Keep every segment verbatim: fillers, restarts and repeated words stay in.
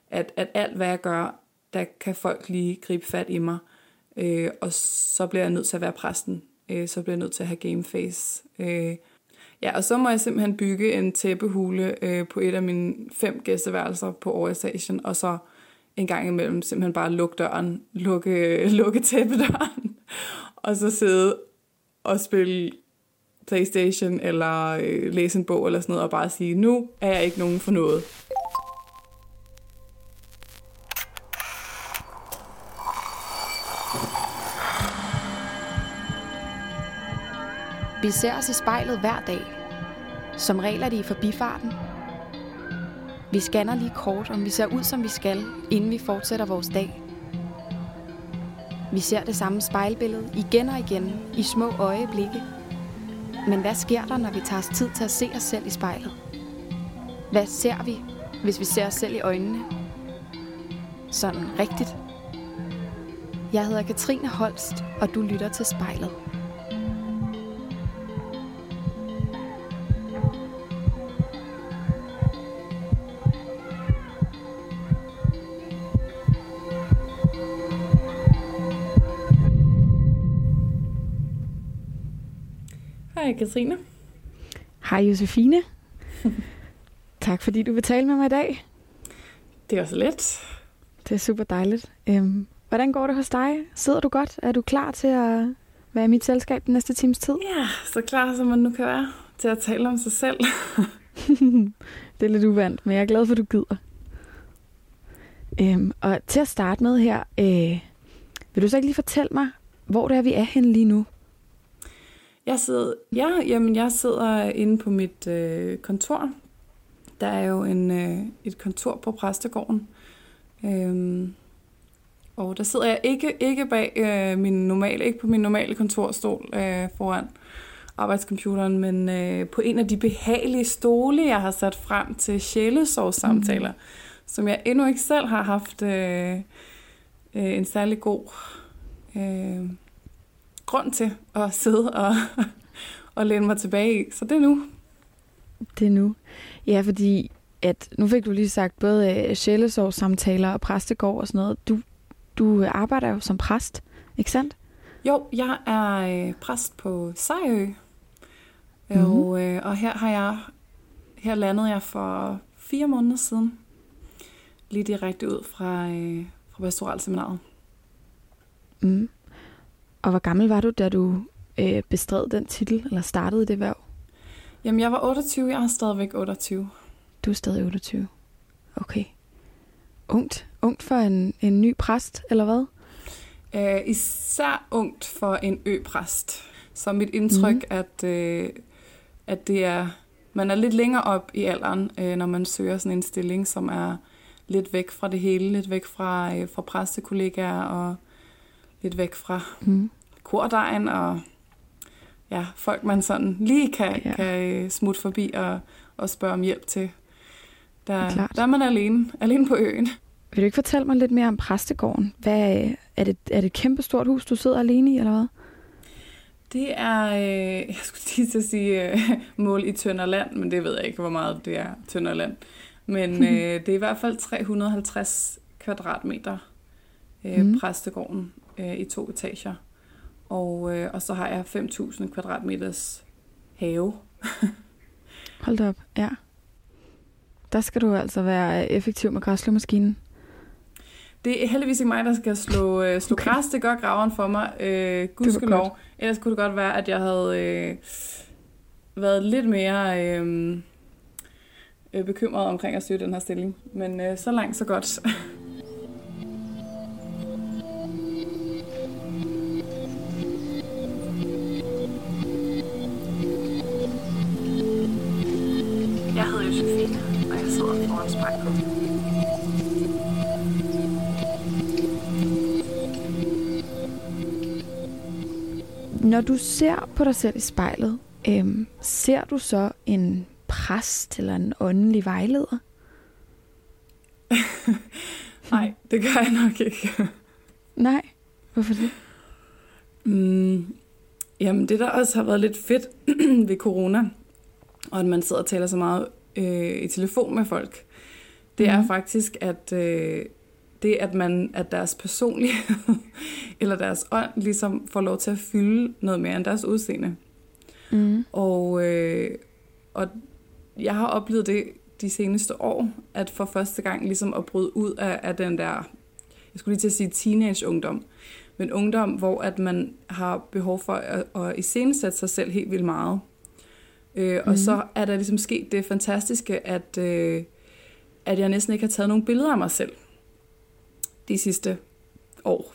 at, at alt, hvad jeg gør, der kan folk lige gribe fat i mig. Øh, og så bliver jeg nødt til at være præsten. Øh, så bliver jeg nødt til at have gameface. Øh, ja, og så må jeg simpelthen bygge en tæppehule øh, på et af mine fem gæsteværelser på overetagen, og så en gang imellem simpelthen bare lukke døren, lukke, lukke tæppedøren, og så sidde og spille PlayStation, eller øh, læse en bog, eller sådan noget, og bare sige, nu er jeg ikke nogen for noget. Vi ser os i spejlet hver dag. Som regel er det i forbifarten. Vi scanner lige kort, om vi ser ud, som vi skal, inden vi fortsætter vores dag. Vi ser det samme spejlbillede igen og igen i små øjeblikke. Men hvad sker der, når vi tager os tid til at se os selv i spejlet? Hvad ser vi, hvis vi ser os selv i øjnene? Sådan rigtigt. Jeg hedder Katrine Holst, og du lytter til Spejlet. Hej Katrine. Hej Josefine. Tak fordi du vil tale med mig i dag. Det er også let. Det er super dejligt. Øhm, hvordan går det hos dig? Sidder du godt? Er du klar til at være i mit selskab den næste times tid? Ja, så klar som man nu kan være til at tale om sig selv. Det er lidt uvandt, men jeg er glad for, at du gider. Øhm, og til at starte med her, øh, vil du så ikke lige fortælle mig, hvor det er, vi er henne lige nu? Jeg sidder, ja, jamen jeg sidder inde på mit øh, kontor. Der er jo en, øh, et kontor på Præstegården. Øhm, og der sidder jeg ikke, ikke bag øh, min normale, ikke på min normale kontorstol øh, foran arbejdscomputeren, men øh, på en af de behagelige stole, jeg har sat frem til sjælesorgssamtaler, mm. som jeg endnu ikke selv har haft øh, øh, en særlig god øh, grund til at sidde og, og læne mig tilbage i. Så det er nu. Det er nu. Ja, fordi at nu fik du lige sagt både sjælesorgssamtaler og præstegård og sådan noget. Du, du arbejder jo som præst, ikke sandt? Jo, jeg er præst på Sejø. Mm-hmm. Og, øh, og her har jeg her landede jeg for fire måneder siden. Lige direkte ud fra, øh, fra pastoralseminaret. Mm. Og hvor gammel var du, da du øh, bestred den titel, eller startede det hverv? Jamen, jeg var otteogtyve. Jeg er stadigvæk otteogtyve. Du er stadig otteogtyve. Okay. Ungt. Ungt for en, en ny præst, eller hvad? Uh, især ungt for en ø-præst. Så mit indtryk, mm. at, uh, at det er, man er lidt længere op i alderen, uh, når man søger sådan en stilling, som er lidt væk fra det hele, lidt væk fra, uh, fra præstekollegaer og lidt væk fra mm. kordejen og ja, folk, man sådan lige kan, ja. kan smutte forbi og, og spørge om hjælp til. Der, der er man alene, alene på øen. Vil du ikke fortælle mig lidt mere om præstegården? Hvad, er, det, er det et kæmpe stort hus, du sidder alene i, eller hvad? Det er, øh, jeg skulle lige til at sige øh, mål i Tønderland, men det ved jeg ikke, hvor meget det er Tønderland. Men øh, det er i hvert fald tre hundrede og halvtreds kvadratmeter øh, mm. præstegården øh, i to etager. Og, øh, og så har jeg fem tusind kvadratmeters have. Hold da op, ja. Der skal du altså være effektiv med græsslåmaskinen. Det er heldigvis ikke mig, der skal slå, øh, slå okay. græs. Det gør graveren for mig. Øh, gudskelov. Ellers kunne det godt være, at jeg havde øh, været lidt mere øh, øh, bekymret omkring at søge den her stilling. Men øh, så langt, så godt. Jeg hedder Josefine, og jeg sidder foran spejlet. Når du ser på dig selv i spejlet, øhm, ser du så en præst eller en åndelig vejleder? Nej, det gør jeg nok ikke. Nej, hvorfor det? Mm, jamen det, der også har været lidt fedt ved corona, og at man sidder og taler så meget øh, i telefon med folk, det er Mhm. faktisk, at øh, det, at, man, at deres personlighed eller deres ånd ligesom får lov til at fylde noget mere end deres udseende. Mm. Og, øh, og jeg har oplevet det de seneste år, at for første gang ligesom at bryde ud af, af den der, jeg skulle lige til at sige teenage-ungdom, men ungdom, hvor at man har behov for at, at iscenesætte sig selv helt vildt meget. Øh, og Mhm. så er der ligesom sket det fantastiske, at, øh, at jeg næsten ikke har taget nogen billeder af mig selv de sidste år.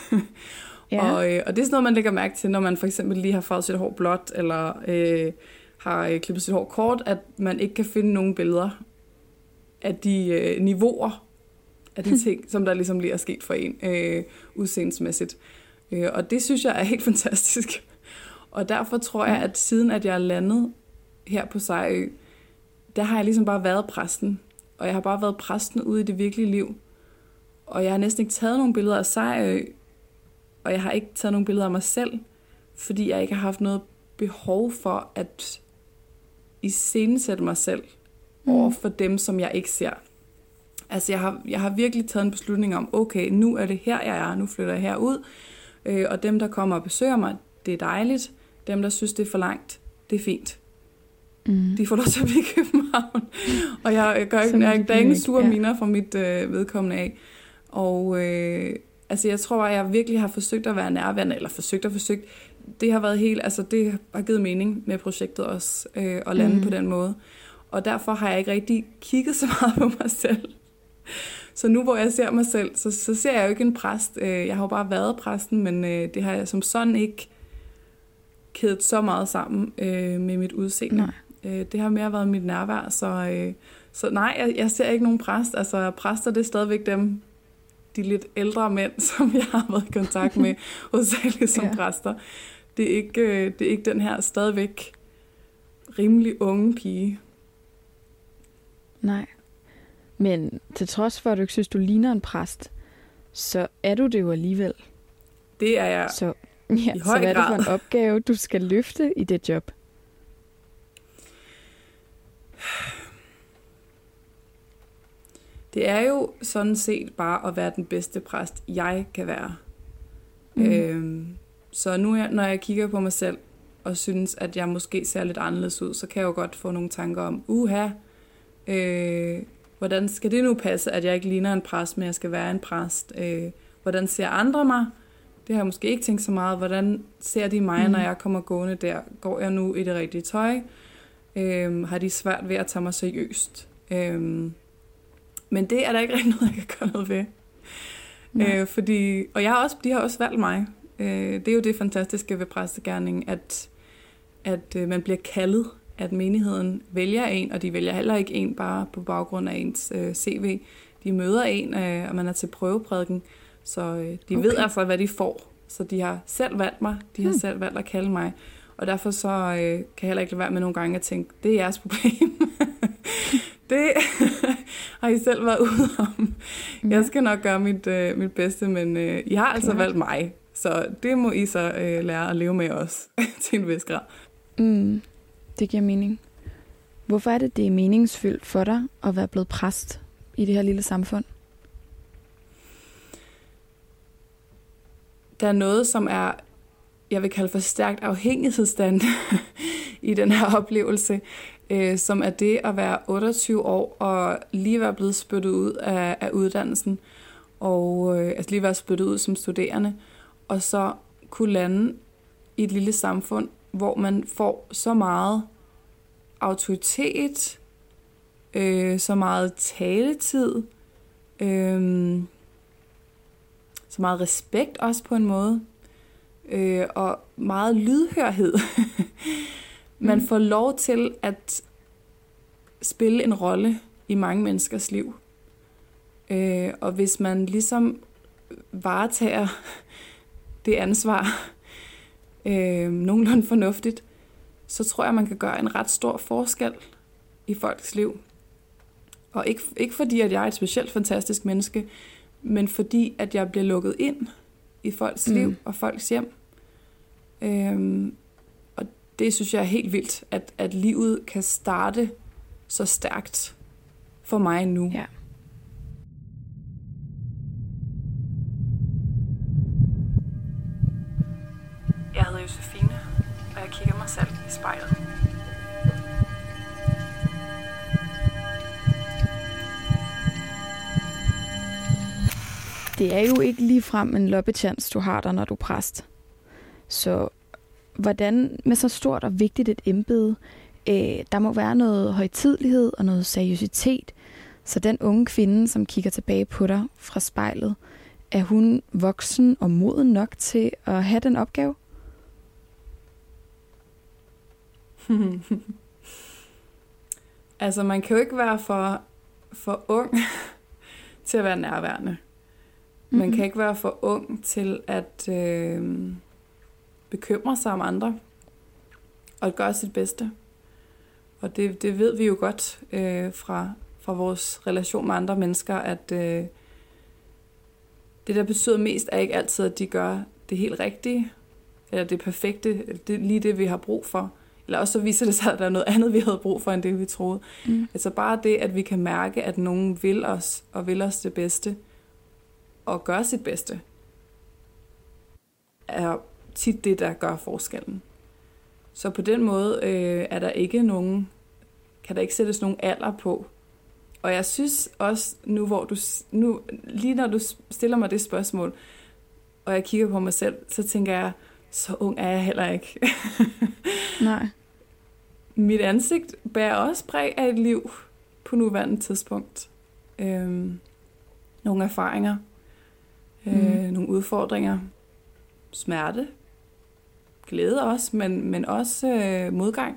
Ja. Og, øh, og det er sådan noget, man lægger mærke til, når man for eksempel lige har farvet sit hår blåt, eller øh, har øh, klippet sit hår kort, at man ikke kan finde nogen billeder af de øh, niveauer, af de ting, som der ligesom lige er sket for en, øh, udseendsmæssigt. Øh, og det synes jeg er helt fantastisk. Og derfor tror jeg, at siden at jeg er landet her på Sejø, der har jeg ligesom bare været præsten. Og jeg har bare været præsten ude i det virkelige liv. Og jeg har næsten ikke taget nogen billeder af Sejø, og jeg har ikke taget nogen billeder af mig selv, fordi jeg ikke har haft noget behov for at iscenesætte mig selv Mm. over for dem, som jeg ikke ser. Altså jeg har, jeg har virkelig taget en beslutning om, okay, nu er det her, jeg er, nu flytter jeg herud, øh, og dem, der kommer og besøger mig, det er dejligt. Dem, der synes, det er for langt, det er fint. Mm. De får lov til at blive i København. Og jeg, jeg gør ikke, Som jeg, de der er ingen ikke, sure ja. miner fra mit øh, vedkommende af. Og øh, altså jeg tror, at jeg virkelig har forsøgt at være nærværende, eller forsøgt og forsøgt. Det har været helt, altså det har givet mening med projektet også, øh, at lande Mm. på den måde. Og derfor har jeg ikke rigtig kigget så meget på mig selv. Så nu hvor jeg ser mig selv, så, så ser jeg jo ikke en præst. Øh, Jeg har jo bare været præsten, men øh, det har jeg som sådan ikke kædet så meget sammen øh, med mit udseende. Nej. Øh, Det har mere været mit nærvær, så, øh, så nej, jeg, jeg ser ikke nogen præst. Altså præster, det er stadigvæk dem, de lidt ældre mænd, som jeg har været i kontakt med, hovedsageligt som Ja. præster. Det er, ikke, øh, det er ikke den her stadigvæk rimelig unge pige. Nej. Men til trods for, at du ikke synes, du ligner en præst, så er du det jo alligevel. Det er jeg. Så, ja, I så høj hvad er det for grad. en opgave, du skal løfte i det job? Det er jo sådan set bare at være den bedste præst, jeg kan være. Mm. Mm. Øhm, så nu, når jeg kigger på mig selv, og synes, at jeg måske ser lidt anderledes ud, så kan jeg jo godt få nogle tanker om, uha, øh, hvordan skal det nu passe, at jeg ikke ligner en præst, men jeg skal være en præst? Øh, hvordan ser andre mig? Det har jeg måske ikke tænkt så meget. Hvordan ser de mig, Mm. når jeg kommer gående der? Går jeg nu i det rigtige tøj? Øh, har de svært ved at tage mig seriøst? Øh, men det er der ikke rigtig noget, jeg kan gøre noget ved. Nej. Øh, fordi, og jeg har også, de har også valgt mig. Øh, det er jo det fantastiske ved præstegerningen, at, at øh, man bliver kaldet, at menigheden vælger en, og de vælger heller ikke en bare på baggrund af ens øh, C V. De møder en, øh, og man er til prøveprædiken, så øh, de Okay. okay. ved altså, hvad de får. Så de har selv valgt mig, de har Hmm. selv valgt at kalde mig, og derfor så øh, kan jeg heller ikke lade være med nogle gange at tænke, det er jeres problem. Det har I selv været ude om. Jeg skal nok gøre mit, øh, mit bedste, men øh, I har altså Klart. valgt mig. Så det må I så øh, lære at leve med også, til en vis grad. Mm, det giver mening. Hvorfor er det, det er meningsfyldt for dig at være blevet præst i det her lille samfund? Der er noget, som er, jeg vil kalde for stærkt afhængighedsstand i den her oplevelse, øh, som er det at være otteogtyve år og lige være blevet spyttet ud af, af uddannelsen, og øh, altså lige være spyttet ud som studerende, og så kunne lande i et lille samfund, hvor man får så meget autoritet, øh, så meget taletid, øh, så meget respekt også på en måde, øh, og meget lydhørhed. Man Mm. får lov til at spille en rolle i mange menneskers liv. Øh, og hvis man ligesom varetager det ansvar øh, nogenlunde fornuftigt, så tror jeg, man kan gøre en ret stor forskel i folks liv. Og ikke, ikke fordi, at jeg er et specielt fantastisk menneske, men fordi, at jeg bliver lukket ind i folks Mm. liv og folks hjem. Øhm, og det synes jeg er helt vildt, at, at livet kan starte så stærkt for mig nu. Ja. og jeg kigger mig selv i spejlet. Det er jo ikke ligefrem en loppetjans, du har der, når du er præst. Så hvordan med så stort og vigtigt et embede, øh, der må være noget højtidelighed og noget seriøsitet. Så den unge kvinde, som kigger tilbage på dig fra spejlet, er hun voksen og moden nok til at have den opgave? Altså, man kan jo ikke være for, for ung til at være nærværende. Man mm-hmm. kan ikke være for ung til at øh, bekymre sig om andre og at gøre sit bedste. Og det, det ved vi jo godt øh, fra, fra vores relation med andre mennesker, at øh, det, der betyder mest, er ikke altid, at de gør det helt rigtige, eller det perfekte, det er lige det, vi har brug for. Eller også så viser det sig, at der er noget andet, vi havde brug for, end det, vi troede. Mm. Altså bare det, at vi kan mærke, at nogen vil os, og vil os det bedste, og gøre sit bedste, er tit det, der gør forskellen. Så på den måde øh, er der ikke nogen, kan der ikke sættes nogen alder på. Og jeg synes også, nu hvor du, nu, lige når du stiller mig det spørgsmål, og jeg kigger på mig selv, så tænker jeg, så ung er jeg heller ikke. Nej. Mit ansigt bærer også præg af et liv på nuværende tidspunkt. Øhm, nogle erfaringer, mm. øh, nogle udfordringer, smerte, glæde også, men, men også øh, modgang.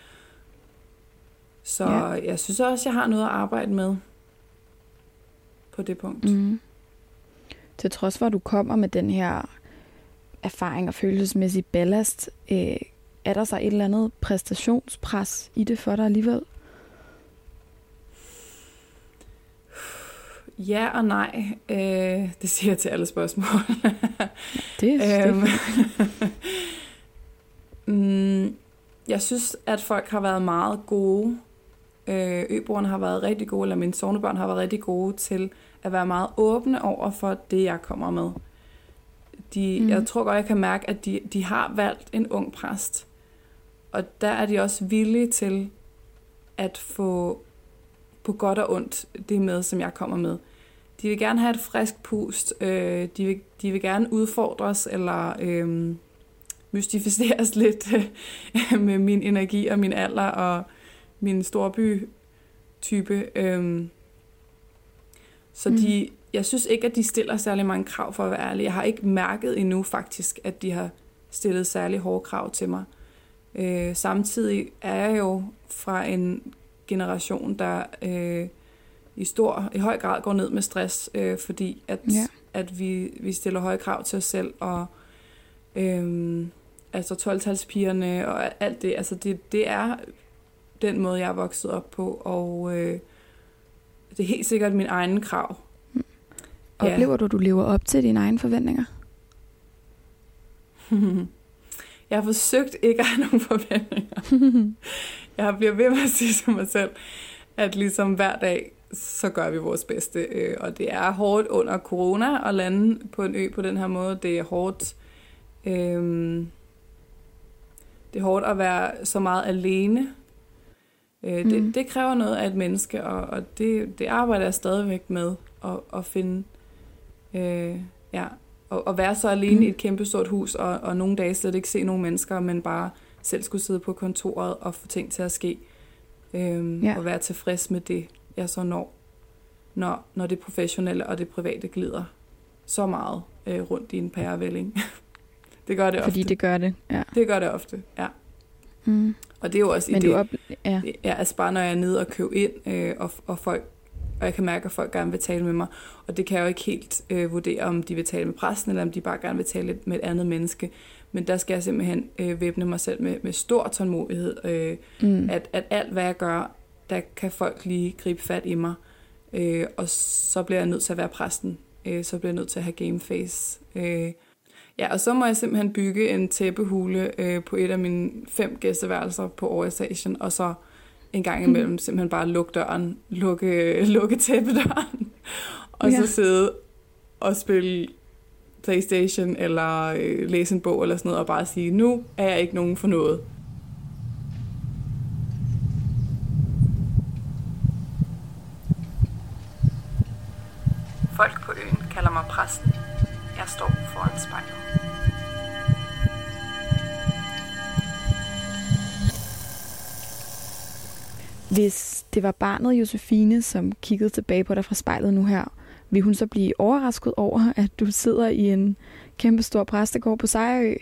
Så ja. Jeg synes også, jeg har noget at arbejde med på det punkt. Mm. Til trods for, at du kommer med den her erfaring og følelsesmæssig ballast, øh, er der så et eller andet præstationspres i det for dig alligevel? Ja og nej. Øh, det siger jeg til alle spørgsmål. det er øhm, mm, Jeg synes, at folk har været meget gode. Øh, øboerne har været rigtig gode, eller mine sognebørn har været rigtig gode til at være meget åbne over for det, jeg kommer med. De, mm. Jeg tror godt, jeg kan mærke, at de, de har valgt en ung præst. Og der er de også villige til at få på godt og ondt det med, som jeg kommer med. De vil gerne have et frisk pust. Øh, de, vil, de vil gerne udfordres eller øh, mystificeres lidt øh, med min energi og min alder og min storby-type. Øh. Så mm. de, jeg synes ikke, at de stiller særlig mange krav, for at være ærlig. Jeg har ikke mærket endnu faktisk, at de har stillet særlig hårde krav til mig. Øh, samtidig er jeg jo fra en generation, der øh, i stor, i høj grad går ned med stress, øh, fordi at, ja. at vi, vi stiller høje krav til os selv, og øh, altså tolv-talspigerne og alt det, altså det, det er den måde, jeg er vokset op på, og øh, det er helt sikkert min egen krav. Mm. Oplever ja. du, at du lever op til dine egne forventninger? Jeg har forsøgt ikke at have nogen forventninger. Jeg bliver ved med at sige til mig selv, at ligesom hver dag, så gør vi vores bedste. Og det er hårdt under corona at lande på en ø på den her måde. Det er hårdt. Øhm, det er hårdt at være så meget alene. Øh, mm. det, det kræver noget af et menneske, og, og det, det arbejder jeg stadigvæk med at, at finde. Øh, ja. At være så alene mm. i et kæmpestort hus, og, og nogle dage slet ikke se nogle mennesker, men bare selv skulle sidde på kontoret og få ting til at ske. Øhm, ja. Og være tilfreds med det, jeg så når, når, når det professionelle og det private glider så meget øh, rundt i en pærevælling. Det gør det ofte. Fordi det gør det, ja. Det gør det ofte, ja. Mm. Og det er jo også i det, op- ja. ja, altså bare når jeg er nede og køber ind, øh, og, og folk og jeg kan mærke, at folk gerne vil tale med mig. Og det kan jeg jo ikke helt øh, vurdere, om de vil tale med præsten, eller om de bare gerne vil tale med et andet menneske. Men der skal jeg simpelthen øh, væbne mig selv med, med stor tålmodighed. Øh, mm. at, at alt, hvad jeg gør, der kan folk lige gribe fat i mig. Øh, og så bliver jeg nødt til at være præsten. Øh, så bliver jeg nødt til at have gameface. Øh, ja, og så må jeg simpelthen bygge en tæppehule øh, på et af mine fem gæsteværelser på overetagen, og så en gang imellem simpelthen bare lukke døren, lukke, lukke tæppedøren, og ja. så sidde og spille PlayStation eller øh, læse en bog eller sådan noget, og bare sige, nu er jeg ikke nogen for noget. Folk på øen kalder mig præsten. Jeg står foran spejlet. Hvis det var barnet Josefine, som kiggede tilbage på dig fra spejlet nu her, vil hun så blive overrasket over, at du sidder i en kæmpe stor præstegård på Sejerø?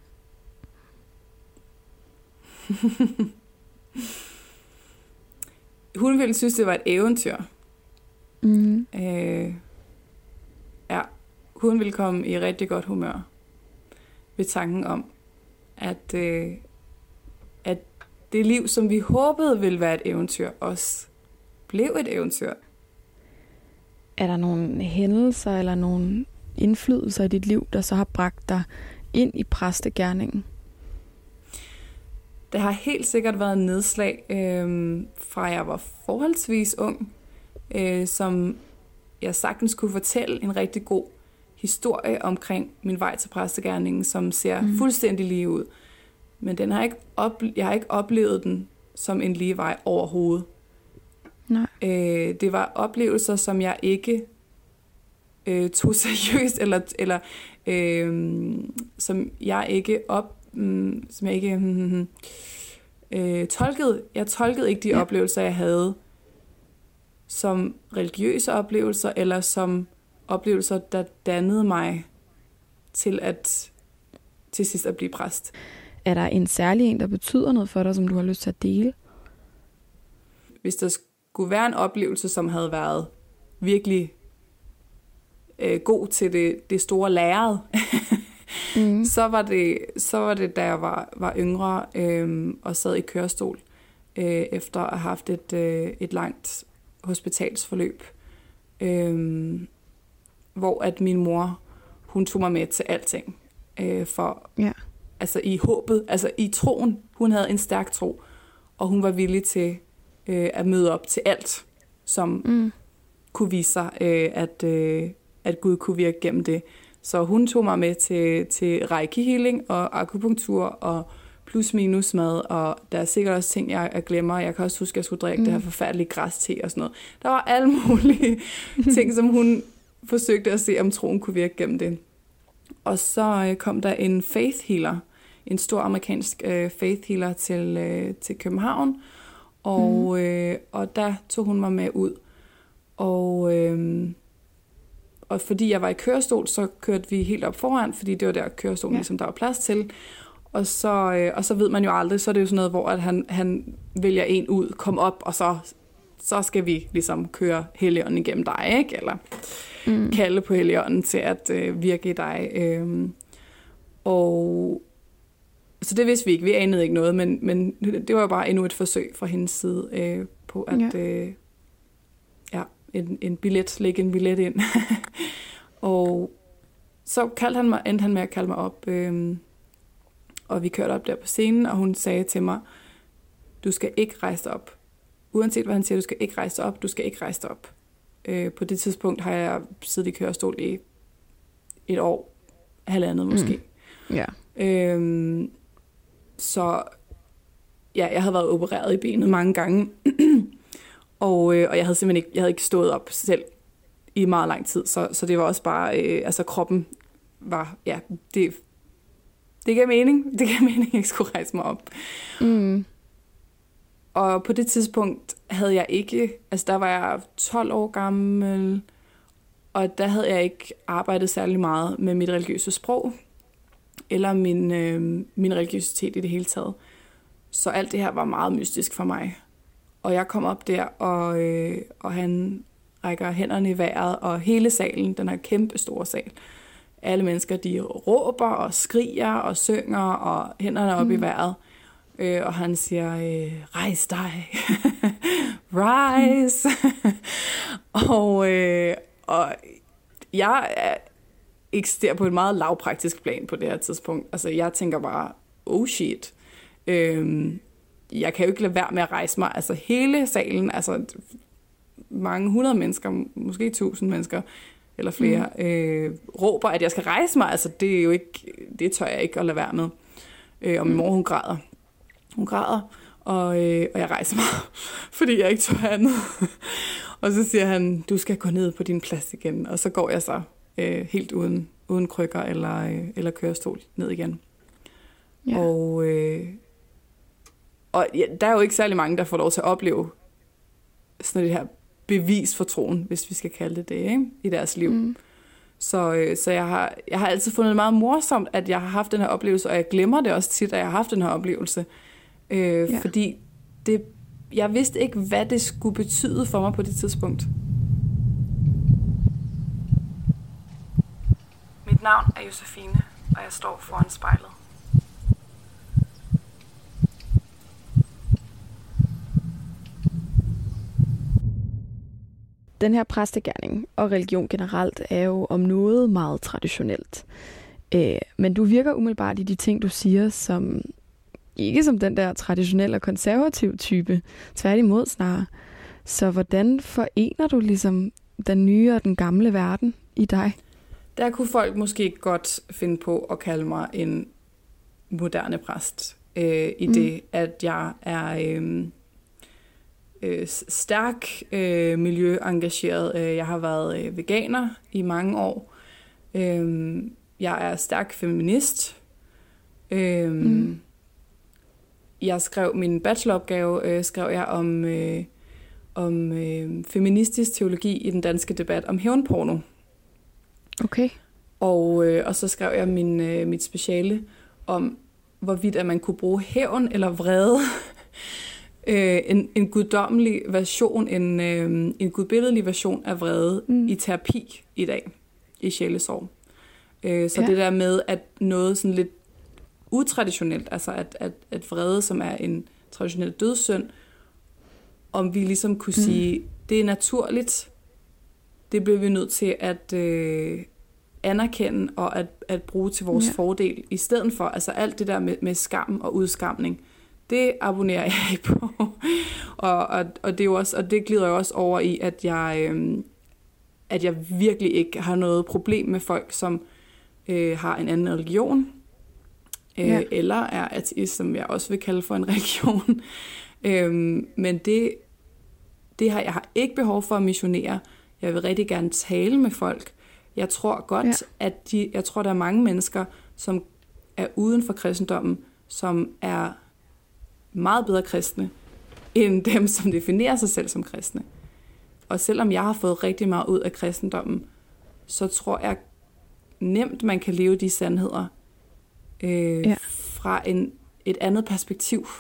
Hun ville synes, det var et eventyr. Mm. Øh, ja, hun ville komme i rigtig godt humør ved tanken om, at, øh, at det liv, som vi håbede ville være et eventyr, også blev et eventyr. Er der nogle hændelser eller nogle indflydelser i dit liv, der så har bragt dig ind i præstegerningen? Det har helt sikkert været en nedslag, øh, fra jeg var forholdsvis ung, øh, som jeg sagtens kunne fortælle en rigtig god historie omkring min vej til præstegerningen, som ser mm. fuldstændig lige ud. Men den har ikke ople- jeg har ikke oplevet den som en lige vej overhovedet. Nej. Øh, det var oplevelser, som jeg ikke øh, tog seriøst, eller, eller øh, som jeg ikke op, mm, som jeg ikke mm, øh, tolkede. Jeg tolkede ikke de ja. oplevelser, jeg havde, som religiøse oplevelser, eller som oplevelser, der dannede mig til at til sidst at blive præst. Er der en særlig en, der betyder noget for dig, som du har lyst til at dele? Hvis der skulle være en oplevelse, som havde været virkelig øh, god til det, det store lærred, mm. så, var det, så var det, da jeg var, var yngre øh, og sad i kørestol, øh, efter at have haft et, øh, et langt hospitalsforløb, øh, hvor at min mor, hun tog mig med til alting, øh, for... Ja. Altså i håbet, altså i troen. Hun havde en stærk tro, og hun var villig til øh, at møde op til alt, som mm. kunne vise sig, øh, at, øh, at Gud kunne virke gennem det. Så hun tog mig med til, til reiki-healing og akupunktur og plus-minus mad, og der er sikkert også ting, jeg, jeg glemmer. Jeg kan også huske, at jeg skulle drikke mm. det her forfærdelige græste og sådan noget. Der var alle mulige ting, som hun forsøgte at se, om troen kunne virke gennem det. Og så øh, kom der en faith healer, en stor amerikansk øh, faith healer til, øh, til København, og, mm. øh, og der tog hun mig med ud. Og, øh, og fordi jeg var i kørestol, så kørte vi helt op foran, fordi det var der kørestolen, ja. ligesom der var plads til. Og så, øh, og så ved man jo aldrig, så er det jo sådan noget, hvor at han, han vælger en ud, kom op, og så, så skal vi ligesom køre Helligånden igennem dig, ikke? Eller mm. kalde på Helligånden til at øh, virke i dig. Øh, og så det vidste vi ikke. Vi anede ikke noget, men, men det var jo bare endnu et forsøg fra hendes side øh, på at ja. Øh, ja, en, en billet, lægge en billet ind. Og så kaldte han mig, endte han med at kalde mig op, øh, og vi kørte op der på scenen, og hun sagde til mig, du skal ikke rejse dig op. Uanset hvad han siger, du skal ikke rejse dig op, du skal ikke rejse dig op. Øh, på det tidspunkt har jeg siddet i kørestol i et år, halvandet måske. Mm. Ja. Øhm, så ja, jeg havde været opereret i benet mange gange, og, øh, og jeg havde simpelthen ikke, jeg havde ikke stået op selv i meget lang tid, så, så det var også bare, øh, altså kroppen var, ja, det, det gav mening, det gav mening, at jeg ikke skulle rejse mig op. Mm. Og på det tidspunkt havde jeg ikke, altså der var jeg tolv år gammel, og der havde jeg ikke arbejdet særlig meget med mit religiøse sprog, eller min, øh, min religiøsitet i det hele taget. Så alt det her var meget mystisk for mig. Og jeg kom op der, og, øh, og han rækker hænderne i vejret, og hele salen, den her kæmpe store sal, alle mennesker, de råber og skriger og synger, og hænderne op mm. i vejret. Øh, og han siger, øh, rejs dig, rise. og, øh, og jeg eksisterer på et meget lavpraktisk plan på det her tidspunkt. Altså jeg tænker bare, oh shit, øh, jeg kan jo ikke lade være med at rejse mig. Altså hele salen, altså mange hundrede mennesker, måske tusind mennesker, eller flere, mm. øh, råber, at jeg skal rejse mig. Altså, det er jo ikke, det tør jeg ikke at lade være med. Øh, og min mor, hun græder. Hun græder, og, øh, og jeg rejser mig, fordi jeg ikke tør andet. Og så siger han, du skal gå ned på din plads igen. Og så går jeg så øh, helt uden, uden krykker eller, øh, eller kørestol ned igen. Ja. Og, øh, og ja, der er jo ikke særlig mange, der får lov til at opleve sådan det her bevis for troen, hvis vi skal kalde det det, ikke? I deres liv. Mm. Så, øh, så jeg, har, jeg har altid fundet det meget morsomt, at jeg har haft den her oplevelse, og jeg glemmer det også tit, at jeg har haft den her oplevelse. Øh, ja. Fordi det, jeg vidste ikke, hvad det skulle betyde for mig på det tidspunkt. Mit navn er Josefine, og jeg står foran spejlet. Den her præstegerning og religion generelt er jo om noget meget traditionelt. Øh, men du virker umiddelbart i de ting, du siger, som ikke som den der traditionelle og konservative type. Tværtimod snarere. Så hvordan forener du ligesom den nye og den gamle verden i dig? Der kunne folk måske godt finde på at kalde mig en moderne præst. Øh, I mm. det, at jeg er... Øh, Øh, stærk øh, miljøengageret. Jeg har været øh, veganer i mange år. Øh, jeg er stærk feminist. Øh, mm. Jeg skrev min bacheloropgave øh, skrev jeg om øh, om øh, feministisk teologi i den danske debat om hævnporno. Okay. Og øh, og så skrev jeg min øh, mit speciale om hvorvidt at man kunne bruge hævn eller vrede. Øh, en, en guddommelig version, en, øh, en gudbilledelig version af vrede mm. i terapi i dag, i sjælesorg. Øh, så ja. Det der med, at noget sådan lidt utraditionelt, altså at, at, at vrede, som er en traditionel dødssynd, om vi ligesom kunne mm. sige, det er naturligt, det bliver vi nødt til at øh, anerkende og at, at bruge til vores ja. fordel, i stedet for altså alt det der med, med skam og udskamning. Det abonnerer jeg ikke på. og, og, og, det er jo også, og det glider jo også over i, at jeg, øh, at jeg virkelig ikke har noget problem med folk, som øh, har en anden religion, øh, ja. eller er ateist, som jeg også vil kalde for en religion. øh, men det, det har jeg har ikke behov for at missionere. Jeg vil rigtig gerne tale med folk. Jeg tror godt, ja. at de, jeg tror, der er mange mennesker, som er uden for kristendommen, som er meget bedre kristne, end dem, som definerer sig selv som kristne. Og selvom jeg har fået rigtig meget ud af kristendommen, så tror jeg nemt, man kan leve de sandheder øh, ja. fra en, et andet perspektiv.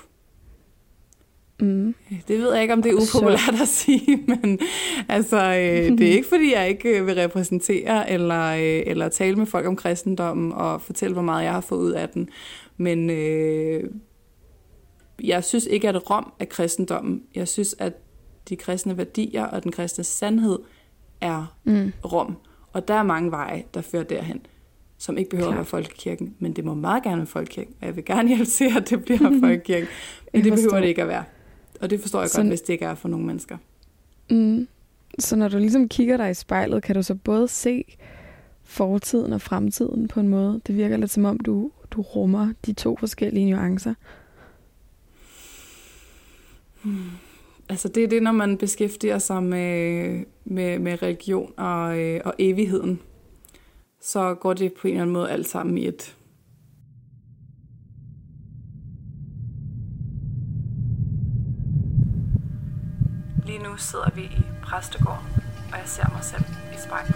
Mm. Det ved jeg ikke, om det er upopulært så... at sige, men altså, øh, det er ikke, fordi jeg ikke vil repræsentere eller, øh, eller tale med folk om kristendommen og fortælle, hvor meget jeg har fået ud af den. Men øh, jeg synes ikke, at Rom er kristendommen. Jeg synes, at de kristne værdier og den kristne sandhed er mm. Rom. Og der er mange veje, der fører derhen, som ikke behøver Klar. at være folkekirken. Men det må meget gerne være folkekirken. Og jeg vil gerne hjælpe til, at det bliver folkekirken. Men det behøver det ikke at være. Og det forstår jeg så... godt, hvis det ikke er for nogle mennesker. Mm. Så når du ligesom kigger dig i spejlet, kan du så både se fortiden og fremtiden på en måde? Det virker lidt som om, du, du rummer de to forskellige nuancer. Hmm. Altså det er det, når man beskæftiger sig med, med, med religion og, og evigheden. Så går det på en eller anden måde alt sammen i et. Lige nu sidder vi i præstegården, og jeg ser mig selv i spejlet.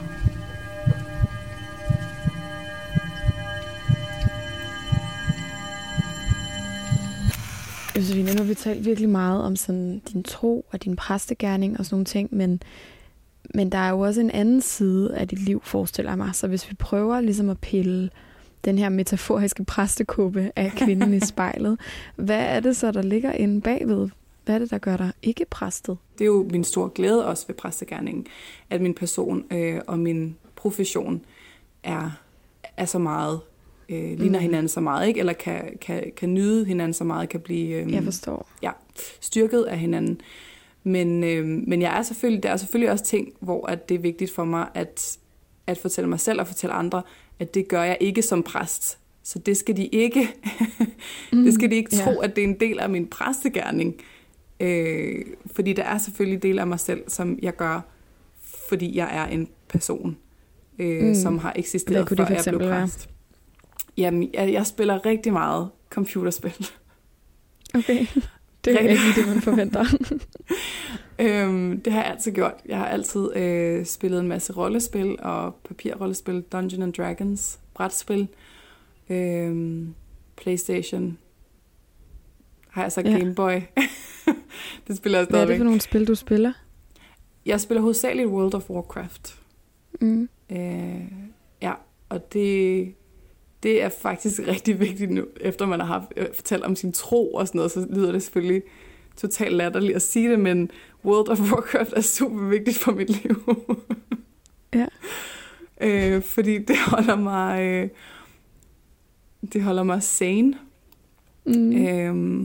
Josefine, nu har vi talt virkelig meget om sådan din tro og din præstegerning og sådan nogle ting, men, men der er jo også en anden side af dit liv, forestiller jeg mig. Så hvis vi prøver ligesom at pille den her metaforiske præstekåbe af kvinden i spejlet, hvad er det så, der ligger inde bagved? Hvad er det, der gør dig ikke præstet? Det er jo min store glæde også ved præstegerningen, at min person øh, og min profession er, er så meget, øh, ligner mm. hinanden så meget, ikke? Eller kan, kan, kan nyde hinanden så meget, kan blive øh, jeg forstår. Ja, styrket af hinanden. Men, øh, men jeg er selvfølgelig, der er selvfølgelig også ting, hvor at det er vigtigt for mig, at, at fortælle mig selv og fortælle andre, at det gør jeg ikke som præst. Så det skal de ikke, mm, det skal de ikke yeah. tro, at det er en del af min præstegerning. Øh, fordi der er selvfølgelig dele af mig selv, som jeg gør, fordi jeg er en person, øh, mm. som har eksisteret, før jeg blev præst. Jamen, jeg, jeg spiller rigtig meget computerspil. Okay, det er ikke det, man forventer. øhm, det har jeg altid gjort. Jeg har altid øh, spillet en masse rollespil og papirrollespil, Dungeons and Dragons, brætspil, øh, PlayStation. Har jeg så ja. Game Boy. Det spiller jeg stadigvæk. Hvad er det for nogle spil, du spiller? Jeg spiller hovedsageligt World of Warcraft. Mm. Øh, ja, og det... Det er faktisk rigtig vigtigt nu, efter man har haft, øh, fortalt om sin tro og sådan noget, så lyder det selvfølgelig totalt latterligt at sige det, men World of Warcraft er super vigtigt for mit liv. Ja. øh, fordi det holder mig, øh, det holder mig sane. Mm. Øh,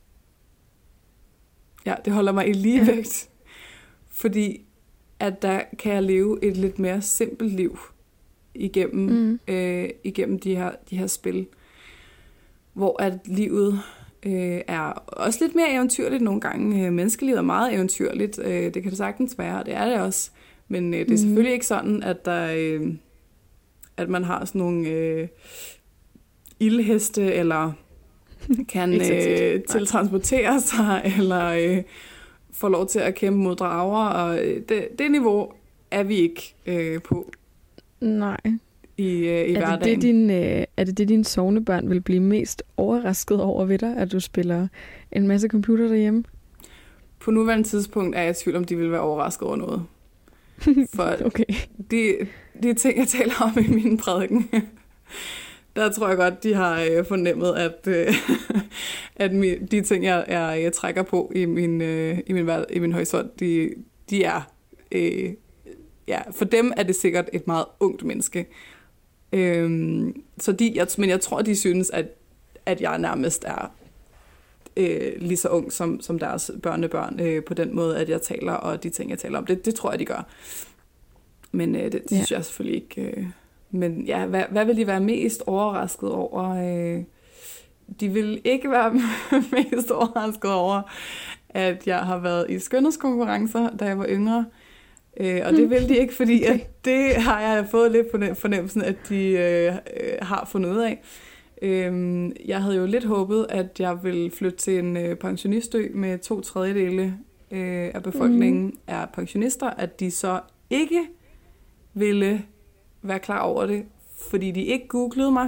ja, det holder mig i ligevægt, ja. Fordi at der kan jeg leve et lidt mere simpelt liv igennem, mm. øh, igennem de her, de her spil, hvor at livet øh, er også lidt mere eventyrligt nogle gange. Menneskelivet er meget eventyrligt, øh, det kan det sagtens være, og det er det også, men øh, det er mm. selvfølgelig ikke sådan, at der øh, at man har sådan nogle øh, ildheste, eller kan øh, tiltransportere sig, eller øh, få lov til at kæmpe mod drager, og det, det niveau er vi ikke øh, på. Nej. I, øh, i er hverdagen. Det det, din, øh, er det det, dine sognebørn vil blive mest overrasket over ved dig, at du spiller en masse computer derhjemme? På nuværende tidspunkt er jeg i tvivl, om de vil være overrasket over noget. For okay. de, de ting, jeg taler om i min prædiken, der tror jeg godt, de har øh, fornemmet, at, øh, at mi, de ting, jeg, jeg, jeg trækker på i min, øh, i min, i min horisont, de, de er... Øh, ja, for dem er det sikkert et meget ungt menneske. Øhm, så de, jeg, men jeg tror, de synes, at, at jeg nærmest er øh, lige så ung som, som deres børnebørn, øh, på den måde, at jeg taler, og de ting, jeg taler om. Det, det tror jeg, de gør. Men øh, det, det ja. synes jeg selvfølgelig ikke. Øh, men ja, hvad, hvad vil de være mest overrasket over? Øh, de vil ikke være mest overrasket over, at jeg har været i skønhedskonkurrencer, da jeg var yngre. Øh, og det vil de ikke, fordi okay. at det har jeg fået lidt på fornemmelsen, at de øh, har fundet ud af. Øh, jeg havde jo lidt håbet, at jeg ville flytte til en øh, pensionistø med to tredjedele øh, af befolkningen mm. er pensionister, at de så ikke ville være klar over det, fordi de ikke googlede mig,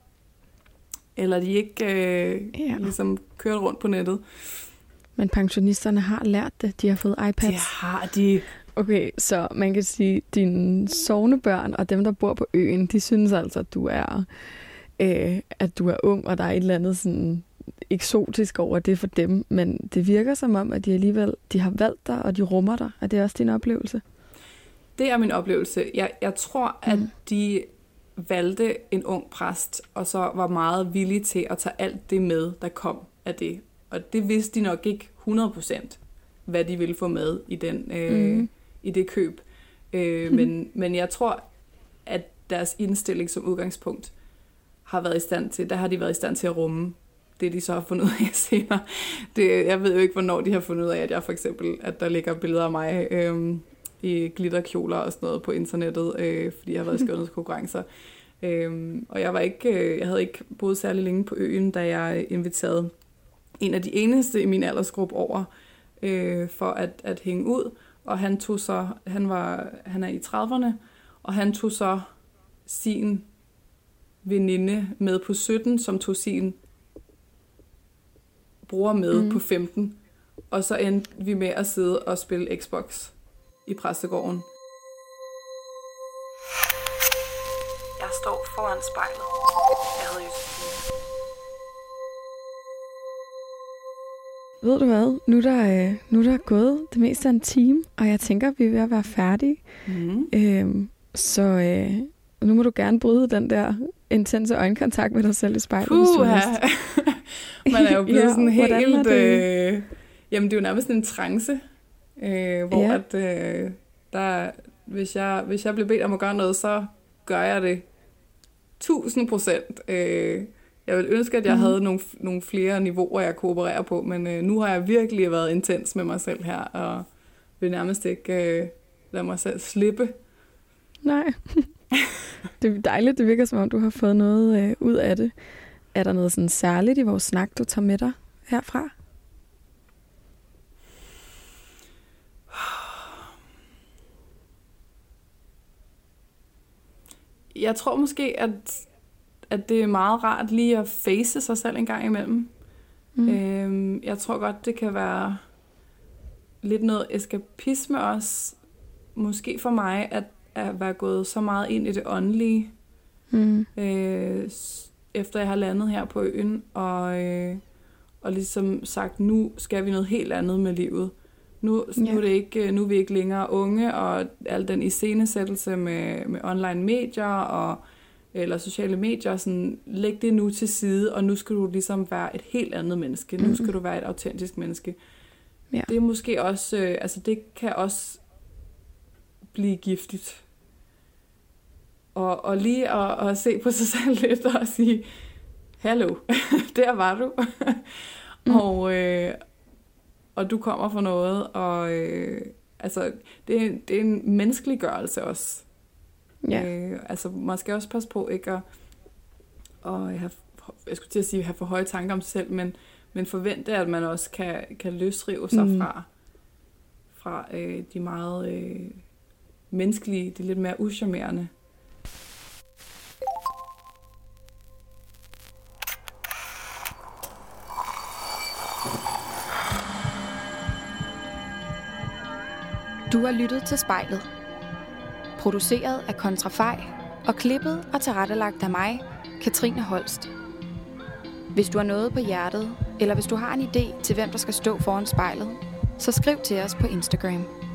eller de ikke øh, ja. ligesom kørte rundt på nettet. Men pensionisterne har lært det. De har fået iPads. Det har de. Okay, så man kan sige, at dine sognebørn og dem, der bor på øen, de synes altså, at du er, øh, at du er ung, og der er et eller andet sådan eksotisk over det for dem. Men det virker som om, at de alligevel de har valgt dig, og de rummer dig. Er det også din oplevelse? Det er min oplevelse. Jeg, jeg tror, at mm. de valgte en ung præst, og så var meget villige til at tage alt det med, der kom af det. Og det vidste de nok ikke hundrede procent, hvad de ville få med i, den, øh, mm. i det køb. Øh, mm. men, men jeg tror, at deres indstilling som udgangspunkt har været i stand til, der har de været i stand til at rumme det, de så har fundet ud af senere. Det, jeg ved jo ikke, hvornår de har fundet ud af, at jeg for eksempel, at der ligger billeder af mig øh, i glitterkjoler og sådan noget på internettet, øh, fordi jeg har været i skønhedskonkurrencer. Øh, og jeg var ikke, øh, jeg havde ikke boet særlig længe på øen, da jeg inviterede en af de eneste i min aldersgruppe over øh, for at, at hænge ud, og han tog så, han var, han er i trediverne, og han tog så sin veninde med på sytten, som tog sin bror med mm. på femten, og så endte vi med at sidde og spille Xbox i præstegården. Jeg står foran spejlet. Jeg havde Josefine. Ved du hvad? Nu er der, nu er der gået det meste af en time, og jeg tænker, at vi er ved at være færdige. Mm. Øhm, så øh, nu må du gerne bryde den der intense øjenkontakt med dig selv i spejlet. Puh, ja. Man er jo blevet ja, sådan helt... Øh, jamen, det er jo nærmest en trance, øh, hvor ja. at, øh, der, hvis jeg, hvis jeg bliver bedt om at gøre noget, så gør jeg det tusind procent. Øh, jeg ville ønske, at jeg mm. havde nogle, nogle flere niveauer, jeg kunne operere på, men øh, nu har jeg virkelig været intens med mig selv her, og vil nærmest ikke øh, lade mig selv slippe. Nej. Det er dejligt. Det virker, som om du har fået noget øh, ud af det. Er der noget sådan særligt i vores snak, du tager med dig herfra? Jeg tror måske, at, at det er meget rart lige at face sig selv en gang imellem. Mm. Øhm, jeg tror godt, det kan være lidt noget eskapisme også. Måske for mig, at, at være gået så meget ind i det åndelige. Mm. Øh, efter jeg har landet her på øen, og, øh, og ligesom sagt, nu skal vi noget helt andet med livet. Nu, yeah. nu, er det ikke, nu er vi ikke længere unge, og al den iscenesættelse med, med online medier og, eller sociale medier, sådan, læg det nu til side, og nu skal du ligesom være et helt andet menneske. Mm-hmm. Nu skal du være et autentisk menneske. Yeah. Det er måske også, øh, altså det kan også blive giftigt. Og, og lige at, at se på sig selv lidt og sige, hallo, der var du. mm. og, øh, og du kommer for noget, og øh, altså, det, det er en menneskeliggørelse også. Ja. Øh, altså, man skal også passe på ikke at, at have, jeg skulle til at sige, have for høje tanker om sig selv, men, men forvente, at man også kan, kan løsrive sig mm. fra, fra øh, de meget øh, menneskelige, de lidt mere uschammerende. Du har lyttet til Spejlet. Produceret af Kontrafej og klippet og tilrettelagt af mig, Katrine Holst. Hvis du har noget på hjertet, eller hvis du har en idé til, hvem der skal stå foran spejlet, så skriv til os på Instagram.